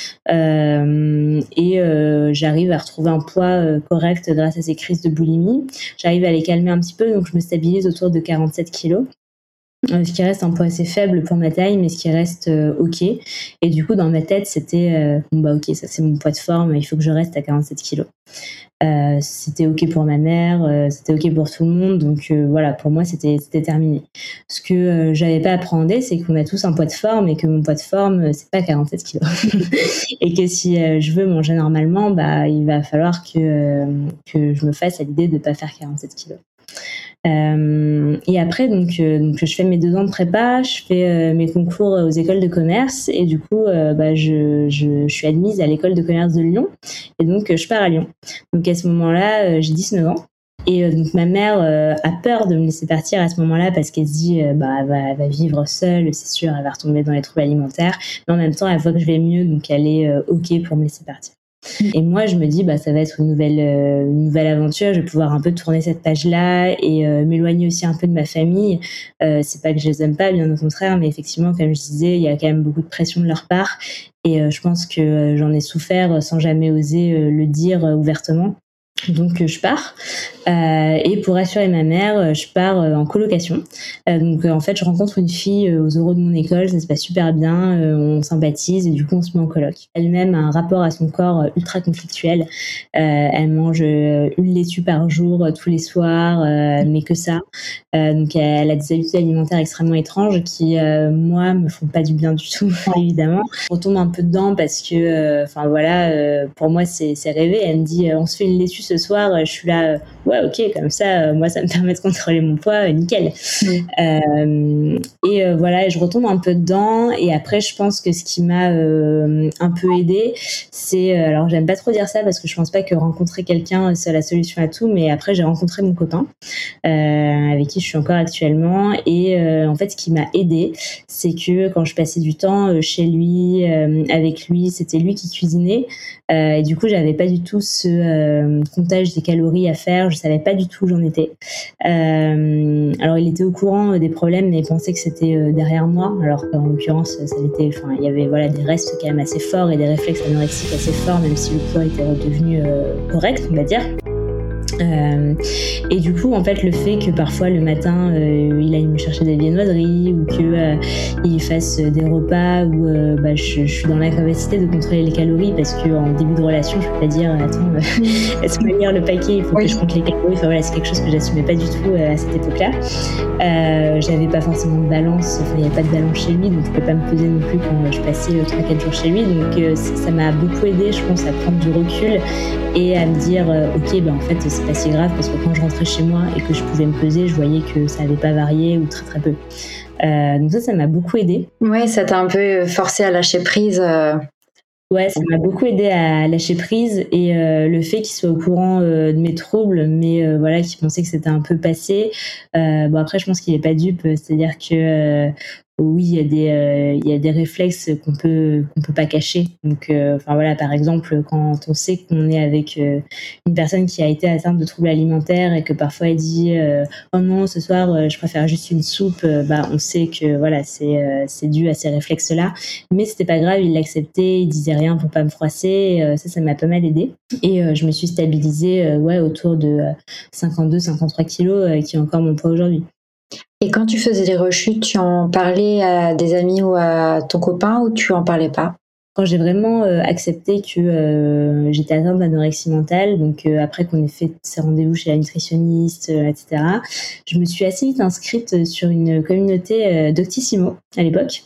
Speaker 2: Euh, et euh, j'arrive à retrouver un poids euh, correct grâce à ces crises de boulimie. J'arrive à les calmer un petit peu, donc je me stabilise autour de quarante-sept kilos. Euh, ce qui reste un poids assez faible pour ma taille, mais ce qui reste euh, ok. Et du coup, dans ma tête, c'était euh, bon bah ok, ça c'est mon poids de forme, il faut que je reste à quarante-sept kilos. Euh, c'était ok pour ma mère, euh, c'était ok pour tout le monde, donc euh, voilà, pour moi c'était c'était terminé. Ce que euh, j'avais pas appréhendé, c'est qu'on a tous un poids de forme et que mon poids de forme euh, c'est pas quarante-sept kilos, et que si euh, je veux manger normalement, bah il va falloir que euh, que je me fasse à l'idée de pas faire quarante-sept kilos. Euh, et après, donc, euh, donc, je fais mes deux ans de prépa, je fais euh, mes concours aux écoles de commerce, et du coup, euh, bah, je, je, je suis admise à l'école de commerce de Lyon, et donc euh, je pars à Lyon. Donc à ce moment-là, euh, j'ai dix-neuf ans. Et euh, donc ma mère euh, a peur de me laisser partir à ce moment-là parce qu'elle se dit euh, bah elle va, elle va vivre seule, c'est sûr, elle va retomber dans les troubles alimentaires, mais en même temps elle voit que je vais mieux, donc elle est euh, ok pour me laisser partir. Et moi, je me dis, bah, ça va être une nouvelle, euh, une nouvelle aventure. Je vais pouvoir un peu tourner cette page-là et euh, m'éloigner aussi un peu de ma famille. Euh, c'est pas que je les aime pas, bien au contraire, mais effectivement, comme je disais, il y a quand même beaucoup de pression de leur part. Et euh, je pense que euh, j'en ai souffert sans jamais oser euh, le dire euh, ouvertement. Donc euh, je pars euh, et pour rassurer ma mère, je pars euh, en colocation. Euh, donc euh, en fait, je rencontre une fille euh, aux oraux de mon école, ça se passe super bien, euh, on sympathise et du coup on se met en coloc. Elle-même a un rapport à son corps euh, ultra conflictuel. Euh, elle mange euh, une laitue par jour euh, tous les soirs, euh, mais que ça. Euh, donc elle a des habitudes alimentaires extrêmement étranges qui euh, moi me font pas du bien du tout, évidemment. On tombe un peu dedans parce que, enfin euh, voilà, euh, pour moi c'est c'est rêvé. Elle me dit, euh, on se fait une laitue ce soir, je suis là, ouais, ok, comme ça, moi, ça me permet de contrôler mon poids, nickel. Mmh. Euh, et euh, voilà, je retombe un peu dedans. Et après, je pense que ce qui m'a euh, un peu aidée, c'est, euh, alors j'aime pas trop dire ça parce que je pense pas que rencontrer quelqu'un, c'est la solution à tout, mais après, j'ai rencontré mon copain, euh, avec qui je suis encore actuellement. Et euh, en fait, ce qui m'a aidée, c'est que quand je passais du temps chez lui, euh, avec lui, c'était lui qui cuisinait. Euh, et du coup, j'avais pas du tout ce euh, comptage des calories à faire. Je savais pas du tout où j'en étais. Euh, alors, il était au courant des problèmes, mais il pensait que c'était euh, derrière moi. Alors qu'en l'occurrence, ça l'était. Enfin, il y avait voilà des restes quand même assez forts et des réflexes anorexiques assez forts, même si le poids était redevenu euh, correct, on va dire. Euh, et du coup, en fait, le fait que parfois le matin, euh, il aille me chercher des viennoiseries ou que euh, il fasse des repas où euh, bah, je, je suis dans l'incapacité de contrôler les calories parce que en début de relation, je peux pas dire attends, euh, laisse-moi lire le paquet, il faut oui. que je compte les calories. Enfin voilà, c'est quelque chose que j'assumais pas du tout euh, à cette époque-là. Euh, j'avais pas forcément de balance, enfin il y a pas de balance chez lui, donc je peux pas me peser non plus quand je passais euh, trois quatre jours chez lui. Donc euh, ça m'a beaucoup aidé, je pense, à prendre du recul et à me dire euh, ok, ben en fait c'est pas si grave parce que quand je rentrais chez moi et que je pouvais me peser, je voyais que ça n'avait pas varié ou très très peu. Euh, donc ça, ça m'a beaucoup aidé.
Speaker 1: Ouais, ça t'a un peu forcé à lâcher prise. Euh...
Speaker 2: Ouais, ça m'a beaucoup aidé à lâcher prise et euh, le fait qu'il soit au courant euh, de mes troubles, mais euh, voilà, qu'il pensait que c'était un peu passé. Euh, bon après, je pense qu'il est pas dupe, c'est-à-dire que euh, oui, il y a des euh, il y a des réflexes qu'on peut qu'on peut pas cacher. Donc euh, enfin voilà, par exemple, quand on sait qu'on est avec euh, une personne qui a été atteinte de troubles alimentaires et que parfois elle dit euh, oh non, ce soir euh, je préfère juste une soupe, euh, bah on sait que voilà, c'est euh, c'est dû à ces réflexes-là, mais c'était pas grave, il l'acceptait, il disait rien pour pas me froisser, euh, ça ça m'a pas mal aidé et euh, je me suis stabilisée euh, ouais autour de euh, cinquante-deux cinquante-trois kilos euh, qui est encore mon poids aujourd'hui.
Speaker 1: Et quand tu faisais des rechutes, tu en parlais à des amis ou à ton copain ou tu en parlais pas?
Speaker 2: Quand j'ai vraiment euh, accepté que euh, j'étais atteinte d'anorexie mentale, donc euh, après qu'on ait fait ces rendez-vous chez la nutritionniste, euh, et cetera, je me suis assez vite inscrite sur une communauté euh, Doctissimo à l'époque.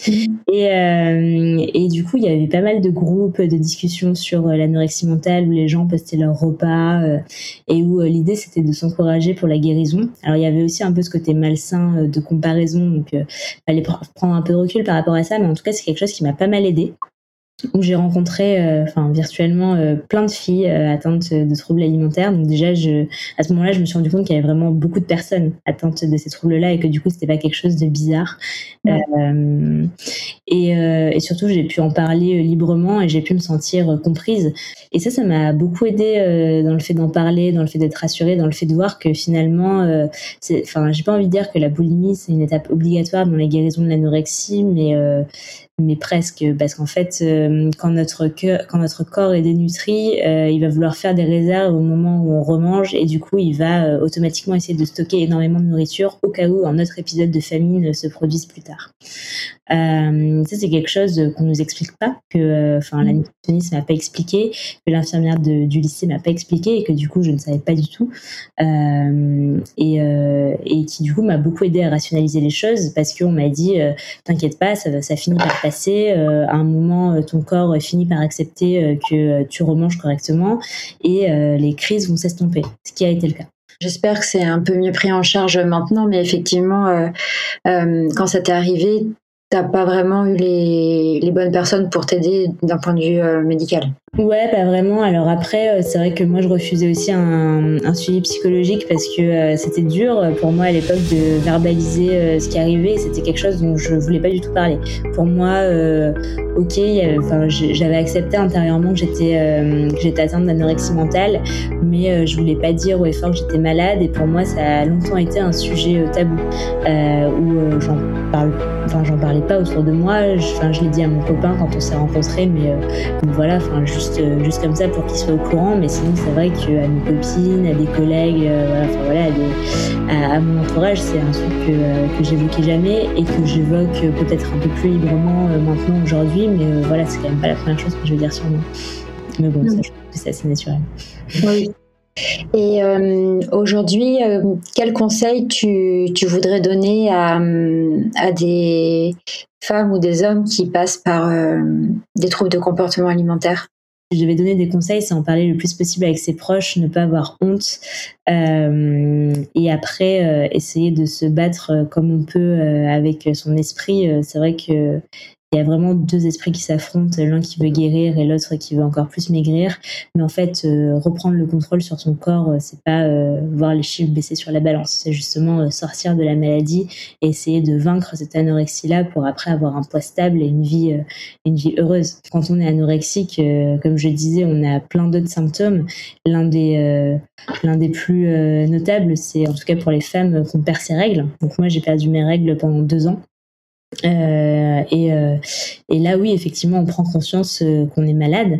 Speaker 2: et, euh, et du coup, il y avait pas mal de groupes de discussions sur euh, l'anorexie mentale où les gens postaient leurs repas euh, et où euh, l'idée c'était de s'encourager pour la guérison. Alors il y avait aussi un peu ce côté malsain euh, de comparaison, donc il euh, fallait pr- prendre un peu de recul par rapport à ça, mais en tout cas c'est quelque chose qui m'a pas mal aidée. Où j'ai rencontré, euh, enfin virtuellement, euh, plein de filles euh, atteintes de troubles alimentaires. Donc déjà, je, à ce moment-là, je me suis rendu compte qu'il y avait vraiment beaucoup de personnes atteintes de ces troubles-là et que du coup, c'était pas quelque chose de bizarre. Ouais. Euh, et, euh, et surtout, j'ai pu en parler euh, librement et j'ai pu me sentir euh, comprise. Et ça, ça m'a beaucoup aidé euh, dans le fait d'en parler, dans le fait d'être rassurée, dans le fait de voir que finalement, euh, c'est, enfin, j'ai pas envie de dire que la boulimie c'est une étape obligatoire dans la guérison de l'anorexie, mais euh, mais presque, parce qu'en fait, euh, quand notre cœur, quand notre corps est dénutri, euh, il va vouloir faire des réserves au moment où on remange, et du coup, il va euh, automatiquement essayer de stocker énormément de nourriture au cas où un autre épisode de famine se produise plus tard. Euh, ça, c'est quelque chose qu'on nous explique pas, que, enfin, euh, la nutritionniste m'a pas expliqué, que l'infirmière de, du lycée m'a pas expliqué, et que du coup, je ne savais pas du tout, euh, et, euh, et qui du coup m'a beaucoup aidé à rationaliser les choses, parce qu'on m'a dit, euh, t'inquiète pas, ça, ça finit par passer. Euh, à un moment, ton corps finit par accepter euh, que tu remanges correctement, et euh, les crises vont s'estomper, ce qui a été le cas.
Speaker 1: J'espère que c'est un peu mieux pris en charge maintenant, mais effectivement, euh, euh, quand ça t'est arrivé, t'as pas vraiment eu les, les bonnes personnes pour t'aider d'un point de vue euh, médical.
Speaker 2: Ouais, pas vraiment. Alors après, c'est vrai que moi, je refusais aussi un, un suivi psychologique parce que euh, c'était dur pour moi à l'époque de verbaliser euh, ce qui arrivait. C'était quelque chose dont je voulais pas du tout parler. Pour moi, euh, ok, enfin, j'avais accepté intérieurement que j'étais euh, que j'étais atteinte d'anorexie mentale, mais euh, je voulais pas dire haut et fort que j'étais malade. Et pour moi, ça a longtemps été un sujet euh, tabou euh, où euh, j'en parle, enfin, j'en parlais pas autour de moi. Enfin, je, je l'ai dit à mon copain quand on s'est rencontrés, mais euh, voilà, enfin, juste juste comme ça pour qu'ils soient au courant, mais sinon c'est vrai qu'à mes copines, à des collègues, euh, voilà, enfin voilà, à, des, à, à mon entourage, c'est un truc que, euh, que j'évoquais jamais et que j'évoque euh, peut-être un peu plus librement euh, maintenant aujourd'hui, mais euh, voilà, c'est quand même pas la première chose que je vais dire sur moi. Mais bon, mmh. ça, je trouve que c'est assez naturel.
Speaker 1: Oui. Et euh, aujourd'hui, euh, quel conseil tu, tu voudrais donner à, à des femmes ou des hommes qui passent par euh, des troubles de comportement alimentaire ?
Speaker 2: Si je devais donner des conseils, c'est en parler le plus possible avec ses proches, ne pas avoir honte, euh, et après euh, essayer de se battre euh, comme on peut euh, avec son esprit. Euh, c'est vrai que il y a vraiment deux esprits qui s'affrontent, l'un qui veut guérir et l'autre qui veut encore plus maigrir. Mais en fait, euh, reprendre le contrôle sur son corps, euh, c'est pas euh, voir les chiffres baisser sur la balance. C'est justement euh, sortir de la maladie et essayer de vaincre cette anorexie-là pour après avoir un poids stable et une vie, euh, une vie heureuse. Quand on est anorexique, euh, comme je disais, on a plein d'autres symptômes. L'un des, euh, l'un des plus euh, notables, c'est en tout cas pour les femmes qu'on perd ses règles. Donc moi, j'ai perdu mes règles pendant deux ans. Euh, et, euh, et là, oui, effectivement, on prend conscience euh, qu'on est malade,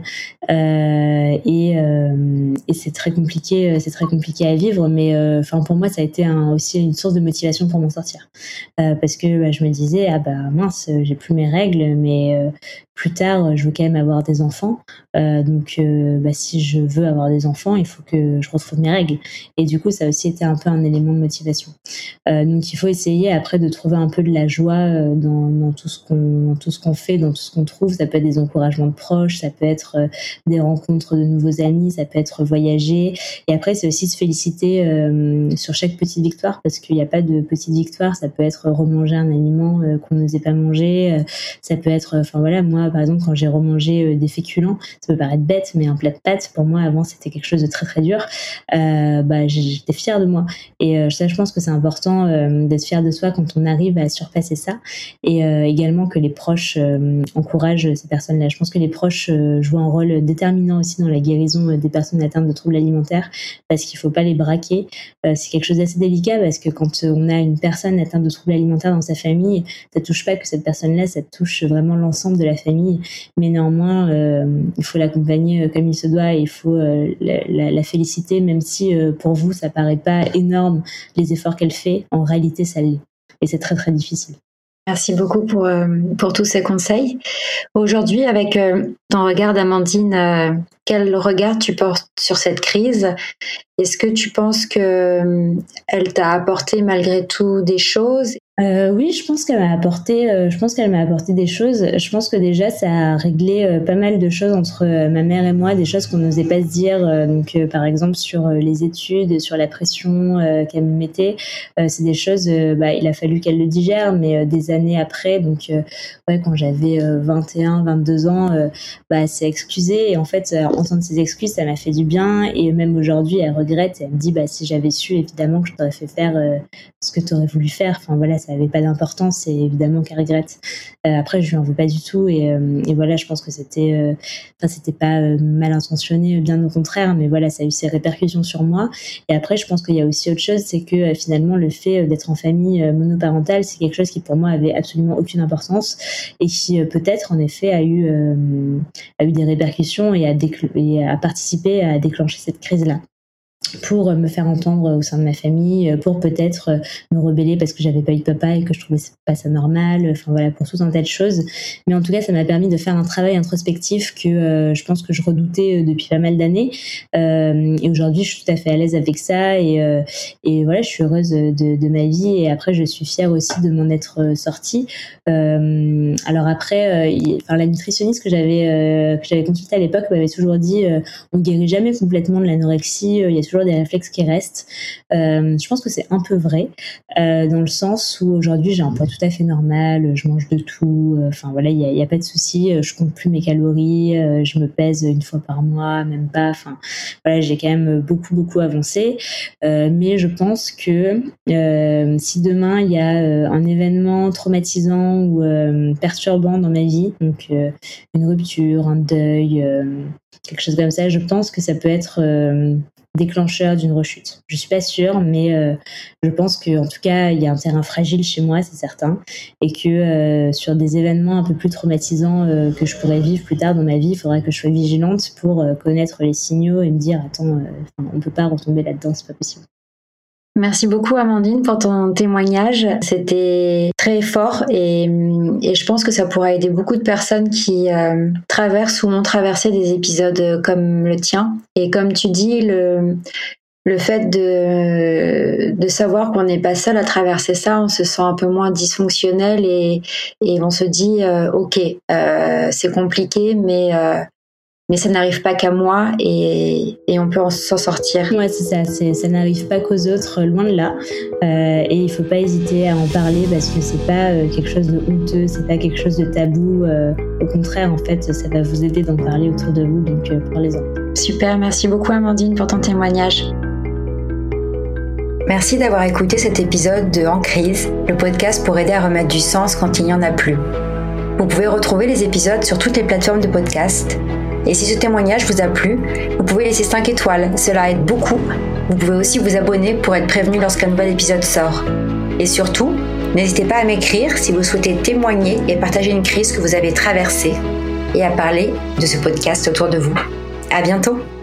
Speaker 2: euh, et, euh, et c'est très compliqué, c'est très compliqué à vivre. Mais enfin, euh, pour moi, ça a été un, aussi une source de motivation pour m'en sortir, euh, parce que bah, je me disais, ah bah mince, j'ai plus mes règles, mais euh, plus tard, je veux quand même avoir des enfants. Euh, donc, euh, bah, si je veux avoir des enfants, il faut que je retrouve mes règles. Et du coup, ça a aussi été un peu un élément de motivation. Euh, donc, il faut essayer après de trouver un peu de la joie euh, dans, dans tout ce qu'on, dans tout ce qu'on fait, dans tout ce qu'on trouve. Ça peut être des encouragements de proches, ça peut être euh, des rencontres de nouveaux amis, ça peut être voyager. Et après, c'est aussi se féliciter euh, sur chaque petite victoire, parce qu'il n'y a pas de petite victoire. Ça peut être remanger un aliment euh, qu'on n'osait pas manger. Euh, ça peut être, enfin voilà, moi, par exemple, quand j'ai remangé euh, des féculents, ça peut paraître bête, mais un plat de pâtes, pour moi, avant, c'était quelque chose de très, très dur. Euh, bah, j'étais fière de moi. Et euh, ça, je pense que c'est important euh, d'être fière de soi quand on arrive à surpasser ça. Et euh, également que les proches euh, encouragent ces personnes-là. Je pense que les proches euh, jouent un rôle déterminant aussi dans la guérison des personnes atteintes de troubles alimentaires, parce qu'il faut pas les braquer. Euh, c'est quelque chose d'assez délicat, parce que quand on a une personne atteinte de troubles alimentaires dans sa famille, ça touche pas que cette personne-là, ça touche vraiment l'ensemble de la famille. Mais néanmoins, euh, il faut l'accompagner comme il se doit, et il faut euh, la, la, la féliciter, même si euh, pour vous, ça paraît pas énorme les efforts qu'elle fait. En réalité, ça l'est. Et c'est très, très difficile.
Speaker 1: Merci beaucoup pour, euh, pour tous ces conseils. Aujourd'hui, avec euh, ton regard d'Amandine, euh, quel regard tu portes sur cette crise ? Est-ce que tu penses qu'elle euh, t'a apporté malgré tout des choses ?
Speaker 2: Euh, oui, je pense qu'elle m'a apporté, euh, je pense qu'elle m'a apporté des choses. Je pense que déjà, ça a réglé euh, pas mal de choses entre euh, ma mère et moi, des choses qu'on n'osait pas se dire. Euh, donc, euh, par exemple, sur euh, les études, sur la pression euh, qu'elle me mettait, euh, c'est des choses. Euh, bah, il a fallu qu'elle le digère, mais euh, des années après, donc euh, ouais, quand j'avais euh, vingt et un, vingt-deux ans, euh, bah, elle s'est excusée. Et en fait, euh, entendre ses excuses, ça m'a fait du bien. Et même aujourd'hui, elle regrette. Et elle me dit, bah, si j'avais su, évidemment, que je t'aurais fait faire euh, ce que tu aurais voulu faire. Enfin voilà. Ça n'avait pas d'importance, et évidemment qu'elle regrette. Euh, après, je lui en veux pas du tout, et, euh, et voilà, je pense que c'était, euh, enfin, c'était pas euh, mal intentionné, bien au contraire, mais voilà, ça a eu ses répercussions sur moi. Et après, je pense qu'il y a aussi autre chose, c'est que euh, finalement, le fait euh, d'être en famille euh, monoparentale, c'est quelque chose qui pour moi avait absolument aucune importance, et qui euh, peut-être en effet a eu euh, a eu des répercussions et a, décl- et a participé à déclencher cette crise-là, pour me faire entendre au sein de ma famille, pour peut-être me rebeller parce que j'avais pas eu de papa et que je trouvais pas ça normal, enfin voilà, pour tout un tas de choses. Mais en tout cas, ça m'a permis de faire un travail introspectif que euh, je pense que je redoutais depuis pas mal d'années. Euh, et aujourd'hui, je suis tout à fait à l'aise avec ça, et, euh, et voilà, je suis heureuse de, de ma vie, et après, je suis fière aussi de m'en être sortie. Euh, alors après, euh, il, enfin, la nutritionniste que j'avais euh, que j'avais consultée à l'époque m'avait toujours dit euh, on guérit jamais complètement de l'anorexie, il y a toujours des réflexes qui restent. Euh, je pense que c'est un peu vrai, euh, dans le sens où aujourd'hui j'ai un poids tout à fait normal, je mange de tout, enfin euh, voilà, il y a, y a pas de souci, je compte plus mes calories, euh, je me pèse une fois par mois, même pas, enfin voilà, j'ai quand même beaucoup beaucoup avancé, euh, mais je pense que euh, si demain il y a euh, un événement traumatisant ou euh, perturbant dans ma vie, donc euh, une rupture, un deuil, euh, quelque chose comme ça, je pense que ça peut être euh, déclencheur d'une rechute. Je suis pas sûre, mais euh, je pense que en tout cas il y a un terrain fragile chez moi, c'est certain, et que euh, sur des événements un peu plus traumatisants euh, que je pourrais vivre plus tard dans ma vie, il faudra que je sois vigilante pour euh, connaître les signaux et me dire attends, euh, on peut pas retomber là-dedans, c'est pas possible.
Speaker 1: Merci beaucoup Amandine pour ton témoignage, c'était très fort, et, et je pense que ça pourra aider beaucoup de personnes qui euh, traversent ou ont traversé des épisodes comme le tien. Et comme tu dis, le, le fait de, de savoir qu'on n'est pas seul à traverser ça, on se sent un peu moins dysfonctionnel, et, et on se dit euh, ok, euh, c'est compliqué, mais, euh, mais ça n'arrive pas qu'à moi et, et on peut s'en sortir.
Speaker 2: Ouais, c'est ça, c'est, ça n'arrive pas qu'aux autres, loin de là. Euh, et il ne faut pas hésiter à en parler parce que c'est pas euh, quelque chose de honteux, c'est pas quelque chose de tabou. Euh, au contraire, en fait, ça va vous aider d'en parler autour de vous, donc euh, parlez-en.
Speaker 1: Super, merci beaucoup Amandine pour ton témoignage. Merci d'avoir écouté cet épisode de En Crise, le podcast pour aider à remettre du sens quand il n'y en a plus. Vous pouvez retrouver les épisodes sur toutes les plateformes de podcast. Et si ce témoignage vous a plu, vous pouvez laisser cinq étoiles, cela aide beaucoup. Vous pouvez aussi vous abonner pour être prévenu lorsqu'un nouvel épisode sort. Et surtout, n'hésitez pas à m'écrire si vous souhaitez témoigner et partager une crise que vous avez traversée et à parler de ce podcast autour de vous. À bientôt!